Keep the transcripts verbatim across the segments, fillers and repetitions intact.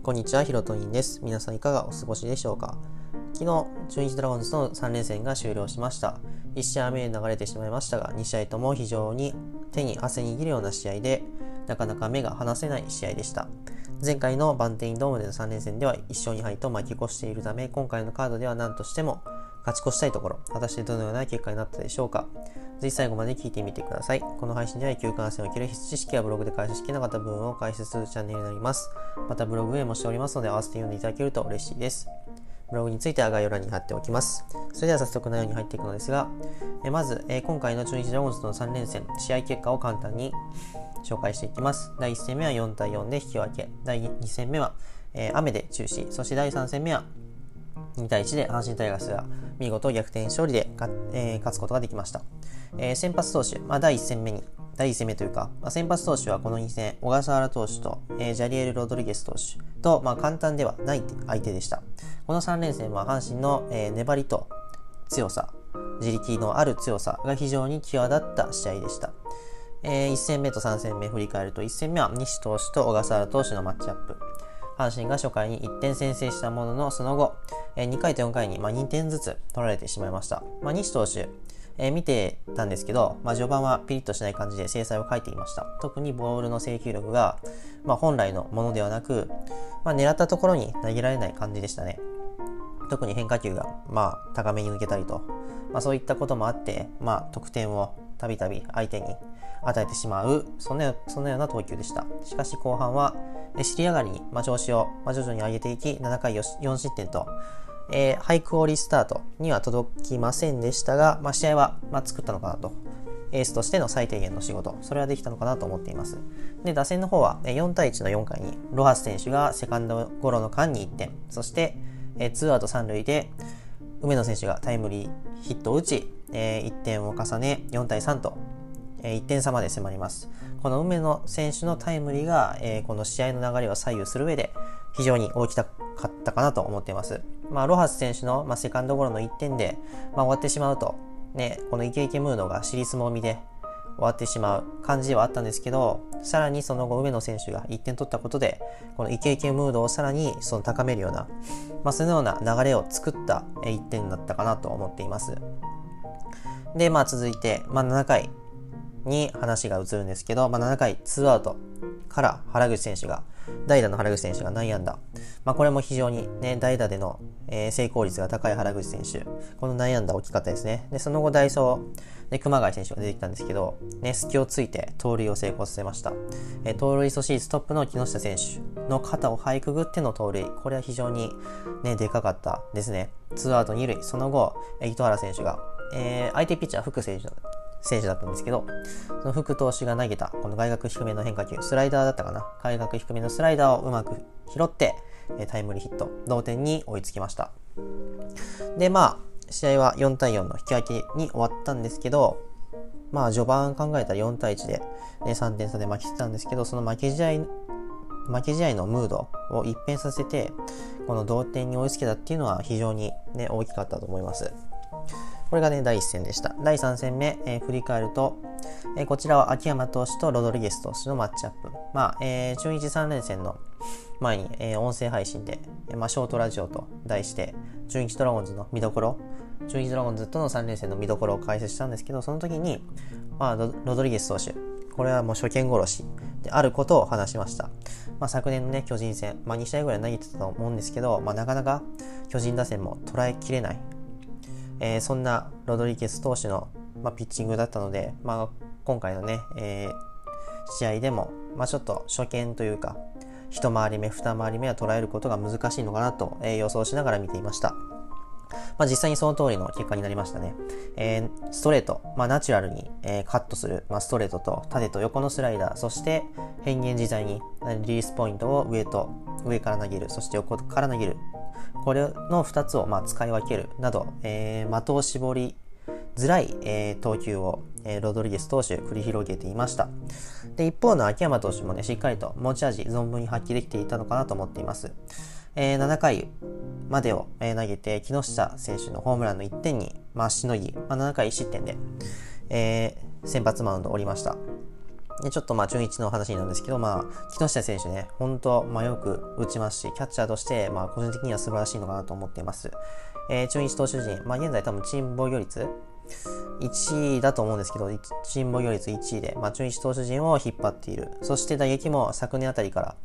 こんにちは、ひろとにんです。皆さんいかがお過ごしでしょうか。昨日、中日ドラゴンズのさん連戦が終了しました。いち試合目に流れてしまいましたが、に試合とも非常に手に汗握るような試合で、なかなか目が離せない試合でした。前回のバンテインドームでのさん連戦ではいっ勝に敗と負け越しているため、今回のカードでは何としても勝ち越したいところ、果たしてどのような結果になったでしょうか。ぜひ最後まで聞いてみてください。この配信では野球観戦を受ける必須知識やブログで解説しきれなかった部分を解説するチャンネルになります。またブログへもしておりますので合わせて読んでいただけると嬉しいです。ブログについては概要欄に貼っておきます。それでは早速内容に入っていくのですが、えまず、え今回の中日ドラゴンズのさん連戦、試合結果を簡単に紹介していきます。だいいち戦目はよんたいよんで引き分け、だいに戦目は、えー、雨で中止、そしてだいさん戦目はにたいいちで阪神タイガースが見事逆転勝利で、えー、勝つことができました。えー、先発投手、まあ、だいいち戦目に、だいいち戦目というか、まあ、先発投手はこのに戦、小笠原投手と、えー、ジャリエル・ロドリゲス投手と、まあ、簡単ではない相手でした。このさん連戦は阪神の、えー、粘りと強さ、自力のある強さが非常に際立った試合でした。えー、いち戦目とさん戦目振り返ると、いち戦目は西投手と小笠原投手のマッチアップ。阪神が初回にいってん先制したものの、その後、えー、にかいとよんかいに、まあ、にてんずつ取られてしまいました。まあ、西投手、えー、見てたんですけど、まあ、序盤はピリッとしない感じで精彩を書いていました。特にボールの制球力が、まあ、本来のものではなく、まあ、狙ったところに投げられない感じでしたね。特に変化球が、まあ、高めに抜けたりと、まあ、そういったこともあって、まあ、得点をたびたび相手に与えてしまう、そんな、そんなような投球でした。しかし後半は、尻上がりに、まあ、調子を、まあ、徐々に上げていき、ななかいよん失点と、えー、ハイクオリスタートには届きませんでしたが、まあ、試合は、まあ、作ったのかなと。エースとしての最低限の仕事、それはできたのかなと思っています。で、打線の方は、よんたいいちのよんかいに、ロハス選手がセカンドゴロの間にいってん、そして、えー、ツーアウトさん塁で、梅野選手がタイムリーヒットを打ち、えー、いってんを重ね、よんたいさんと、えー、いってん差まで迫ります。この梅野選手のタイムリーが、えー、この試合の流れを左右する上で非常に大きかったかなと思っています。まあ、ロハス選手の、まあ、セカンドゴロのいってんで、まあ、終わってしまうと、ね、このイケイケムードが尻相撲みで終わってしまう感じではあったんですけど、さらにその後梅野選手がいってん取ったことで、このイケイケムードをさらにその高めるような、まあ、そのような流れを作ったいってんだったかなと思っています。で、まあ続いて、まあ、ななかいに話が移るんですけど、まあ、ななかいツーアウトから原口選手が、代打の原口選手が内野安打。まあ、これも非常にね、代打での、えー、成功率が高い原口選手。この内野安打大きかったですね。で、その後代走で熊谷選手が出てきたんですけど、ね、隙をついて盗塁を成功させました。えー、盗塁阻止率トップの木下選手の肩を這いくぐっての盗塁。これは非常にね、でかかったですね。ツーアウトに塁。その後、糸原選手が、えー、相手ピッチャー福選手選手だったんですけど、その福投手が投げたこの外角低めの変化球、スライダーだったかな、外角低めのスライダーをうまく拾ってタイムリーヒット、同点に追いつきました。で、まあ試合はよんたいよんの引き分けに終わったんですけど、まあ序盤考えたらよんたいいちで、ね、さんてん差で負けてたんですけど、その負け試合負け試合のムードを一変させてこの同点に追いつけたっていうのは非常に、ね、大きかったと思います。これがね、だいいち戦でした。だいさん戦目、えー、振り返ると、えー、こちらは秋山投手とロドリゲス投手のマッチアップ。まあ、えー、中日さん連戦の前に、えー、音声配信で、まあ、ショートラジオと題して、中日ドラゴンズの見どころ、中日ドラゴンズとのさん連戦の見どころを解説したんですけど、その時に、まあ、ロ, ロドリゲス投手、これはもう初見殺しであることを話しました。まあ、昨年のね、巨人戦、まあ、に試合ぐらい投げてたと思うんですけど、まあ、なかなか巨人打線も捉えきれない。えー、そんなロドリゲス投手の、まあ、ピッチングだったので、まあ、今回のね、えー、試合でも、まあ、ちょっと初見というか一回り目二回り目は捉えることが難しいのかなと、えー、予想しながら見ていました。まあ、実際にその通りの結果になりましたね。えー、ストレート、まあ、ナチュラルに、えー、カットする、まあ、ストレートと縦と横のスライダー、そして変幻自在にリリースポイントを上と上から投げる、そして横から投げる、これのふたつをまあ使い分けるなど、えー、的を絞りづらい、えー、投球を、えー、ロドリゲス投手繰り広げていました。で、一方の秋山投手もね、しっかりと持ち味存分に発揮できていたのかなと思っています。えー、ななかいまでを、えー、投げて木下選手のホームランのいってんに、まあ、しのぎ、まあ、ななかいいち失点で、えー、先発マウンドを降りました。 でちょっとまあ中日の話なんですけど、まあ木下選手ね、本当まあよく打ちますし、キャッチャーとしてまあ個人的には素晴らしいのかなと思っています。えー、中日投手陣、まあ現在多分チーム防御率いちいだと思うんですけど、チーム防御率いちいで、まあ、中日投手陣を引っ張っている。そして打撃も昨年あたりから、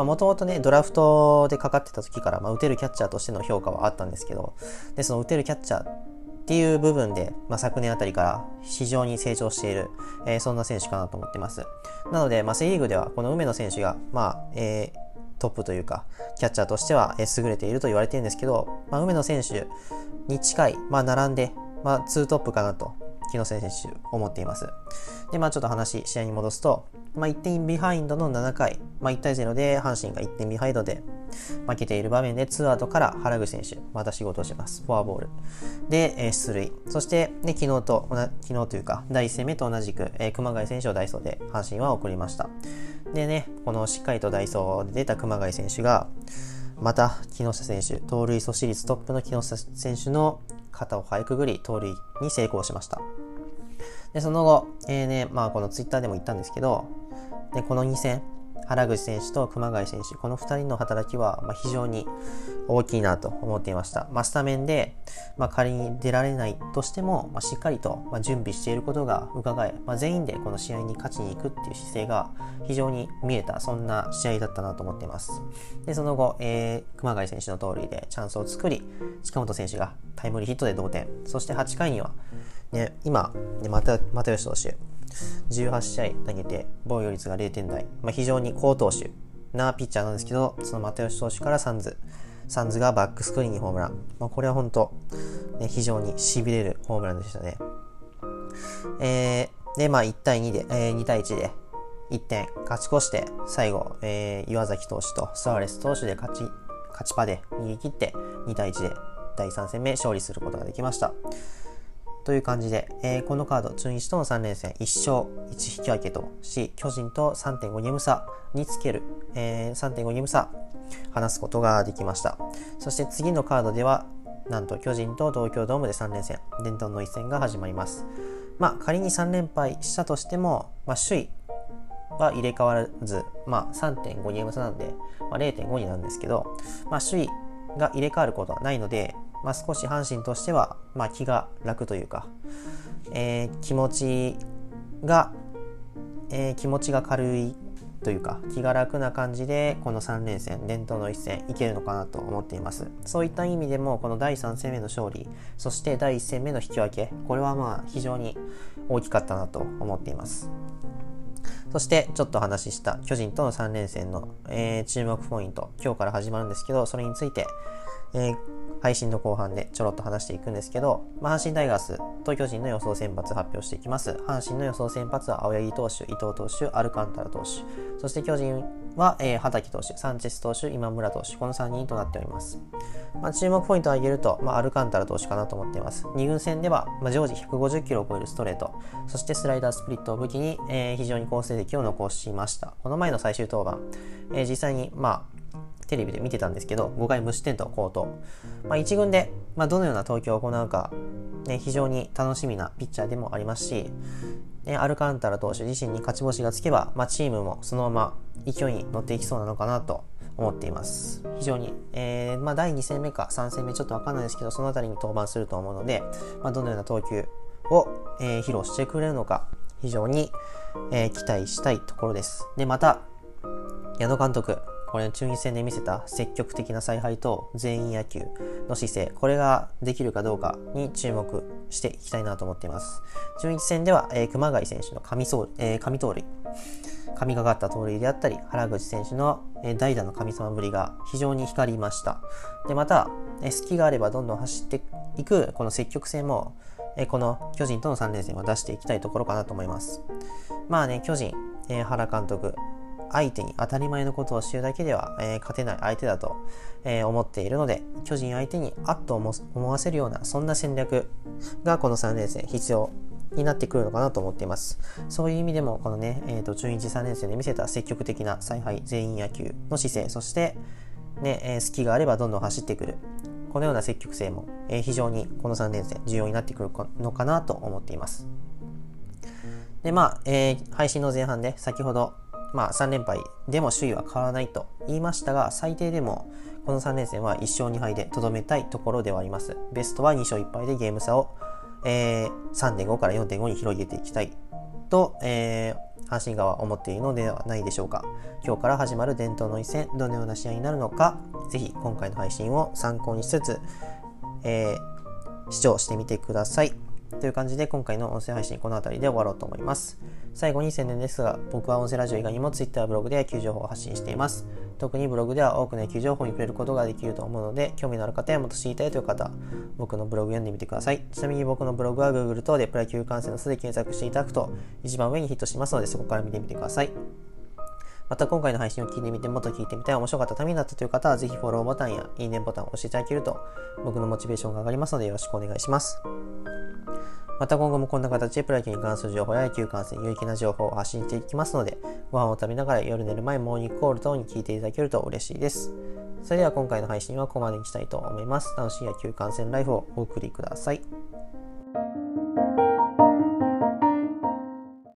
もともとね、ドラフトでかかってた時から、まあ、打てるキャッチャーとしての評価はあったんですけど、で、その打てるキャッチャーっていう部分で、まあ、昨年あたりから非常に成長している、えー、そんな選手かなと思っています。なので、まあ、セリーグでは、この梅野選手が、まあ、えートップというかキャッチャーとしては優れていると言われているんですけど、まあ、梅野選手に近い、まあ、並んで、まあ、ツートップかなと木下選手思っています。で、まあちょっと話試合に戻すと、まあ、いってんビハインドのななかい、まあ、いちたいゼロで阪神がいってんビハインドで負けている場面でツーアウトから原口選手また仕事をします。フォアボールで、えー、出塁。そして、ね、昨日と昨日というかだいいっ戦目と同じく、えー、熊谷選手を代走で阪神は送りました。でね、このしっかりと代走で出た熊谷選手がまた木下選手、盗塁阻止率トップの木下選手の肩をかいくぐり盗塁に成功しました。でその後、えーねまあ、このツイッターでも言ったんですけど、でこのに戦原口選手と熊谷選手、このふたりの働きはまあ非常に大きいなと思っていました。まあ、スタメンで、まあ、仮に出られないとしても、まあ、しっかりと準備していることが伺え、まあ、全員でこの試合に勝ちに行くっていう姿勢が非常に見えた、そんな試合だったなと思っています。でその後、えー、熊谷選手の盗塁でチャンスを作り、近本選手がタイムリーヒットで同点。そしてはちかいには、ね、今また又吉投手じゅうはちしあい投げて防御率がれいてん台、まあ、非常に好投手なピッチャーなんですけど、その又吉投手からサンズサンズがバックスクリーンにホームラン、まあ、これは本当、ね、非常にしびれるホームランでしたね。えー、でまあいちたいにで、えー、にたいいちでいってん勝ち越して、最後、えー、岩崎投手とスアレス投手で勝ち勝ちパで逃げ切ってにたいいちでだいさん戦目勝利することができました。という感じで、えー、このカード中日とのさん連戦いち勝いち引き分けとし、巨人と さんてんご ゲーム差につける、えー、さんてんご ゲーム差離すことができました。そして次のカードではなんと巨人と東京ドームでさん連戦、伝統の一戦が始まります。まあ仮にさん連敗したとしても、まあ、首位は入れ替わらず、まあ、さんてんご ゲーム差なんで、まあ、れいてんご になるんですけど、まあ、首位が入れ替わることはないので、まあ、少し阪神としては、まあ、気が楽というか、えー、気持ちが、えー、気持ちが軽いというか気が楽な感じでこのさん連戦伝統の一戦いけるのかなと思っています。そういった意味でもこのだいさん戦目の勝利、そしてだいいち戦目の引き分け、これはまあ非常に大きかったなと思っています。そしてちょっと話した巨人とのさん連戦の、えー、注目ポイント、今日から始まるんですけど、それについて、えー、配信の後半でちょろっと話していくんですけど、まあ、阪神タイガースと巨人の予想先発発表していきます。阪神の予想先発は青柳投手、伊藤投手、アルカンタラ投手、そして巨人は、えー、畠投手、サンチェス投手、今村投手、このさんにんとなっております。まあ、注目ポイントを挙げると、まあ、アルカンタラ投手かなと思っています。に軍戦では、まあ、常時ひゃくごじゅっキロを超えるストレート、そしてスライダースプリットを武器に、えー、非常に好成績を残しました。この前の最終登板、えー、実際にまあテレビで見てたんですけど、ごかい無失点と好投、まあ、いち軍で、まあ、どのような投球を行うか、ね、非常に楽しみなピッチャーでもありますし、ね、アルカンタラ投手自身に勝ち星がつけば、まあ、チームもそのまま勢いに乗っていきそうなのかなと思っています。非常に、えーまあ、だいに戦目かさん戦目ちょっと分かんないですけど、そのあたりに登板すると思うので、まあ、どのような投球を、えー、披露してくれるのか非常に、えー、期待したいところです。でまた矢野監督、これ中日戦で見せた積極的な采配と全員野球の姿勢、これができるかどうかに注目していきたいなと思っています。中日戦では、えー、熊谷選手の神走、えー、神盗塁、神がかった盗塁であったり、原口選手の、えー、代打の神様ぶりが非常に光りました。でまた、えー、隙があればどんどん走っていくこの積極性も、えー、この巨人とのさん連戦は出していきたいところかなと思います。まあね、巨人、えー、原監督相手に当たり前のことをしているだけでは、えー、勝てない相手だと、えー、思っているので、巨人相手にあっと思わせるようなそんな戦略がこのさん連戦必要になってくるのかなと思っています。そういう意味でもこのね、えー、と中日さん連戦で見せた積極的な采配、全員野球の姿勢、そしてね、えー、隙があればどんどん走ってくるこのような積極性も、えー、非常にこのさん連戦重要になってくるのかなと思っています。 で、まあ、えー、配信の前半で先ほど、まあ、さん連敗でも首位は変わらないと言いましたが、最低でもこのさん連戦はいっ勝に敗でとどめたいところではあります。ベストはに勝いっ敗でゲーム差を、えー、さんてんご から よんてんご に広げていきたいと、えー、阪神側は思っているのではないでしょうか。今日から始まる伝統の一戦、どのような試合になるのか、ぜひ今回の配信を参考にしつつ、えー、視聴してみてください。という感じで今回の音声配信この辺りで終わろうと思います。最後に宣伝ですが、僕は音声ラジオ以外にも Twitter、ブログで野球情報を発信しています。特にブログでは多くの野球情報に触れることができると思うので、興味のある方やもっと知りたいという方、僕のブログ読んでみてください。ちなみに僕のブログは Google 等でプロ野球観戦の巣で検索していただくと一番上にヒットしますので、そこから見てみてください。また今回の配信を聞いてみてもっと聞いてみたい、面白かった、ためになったという方はぜひフォローボタンやいいねボタンを押していただけると僕のモチベーションが上がりますのでよろしくお願いします。また今後もこんな形でプロ野球に関する情報や野球観戦有益な情報を発信していきますので、ご飯を食べながら夜寝る前、モーニングコール等に聞いていただけると嬉しいです。それでは今回の配信はここまでにしたいと思います。楽しい野球観戦ライフをお送りください。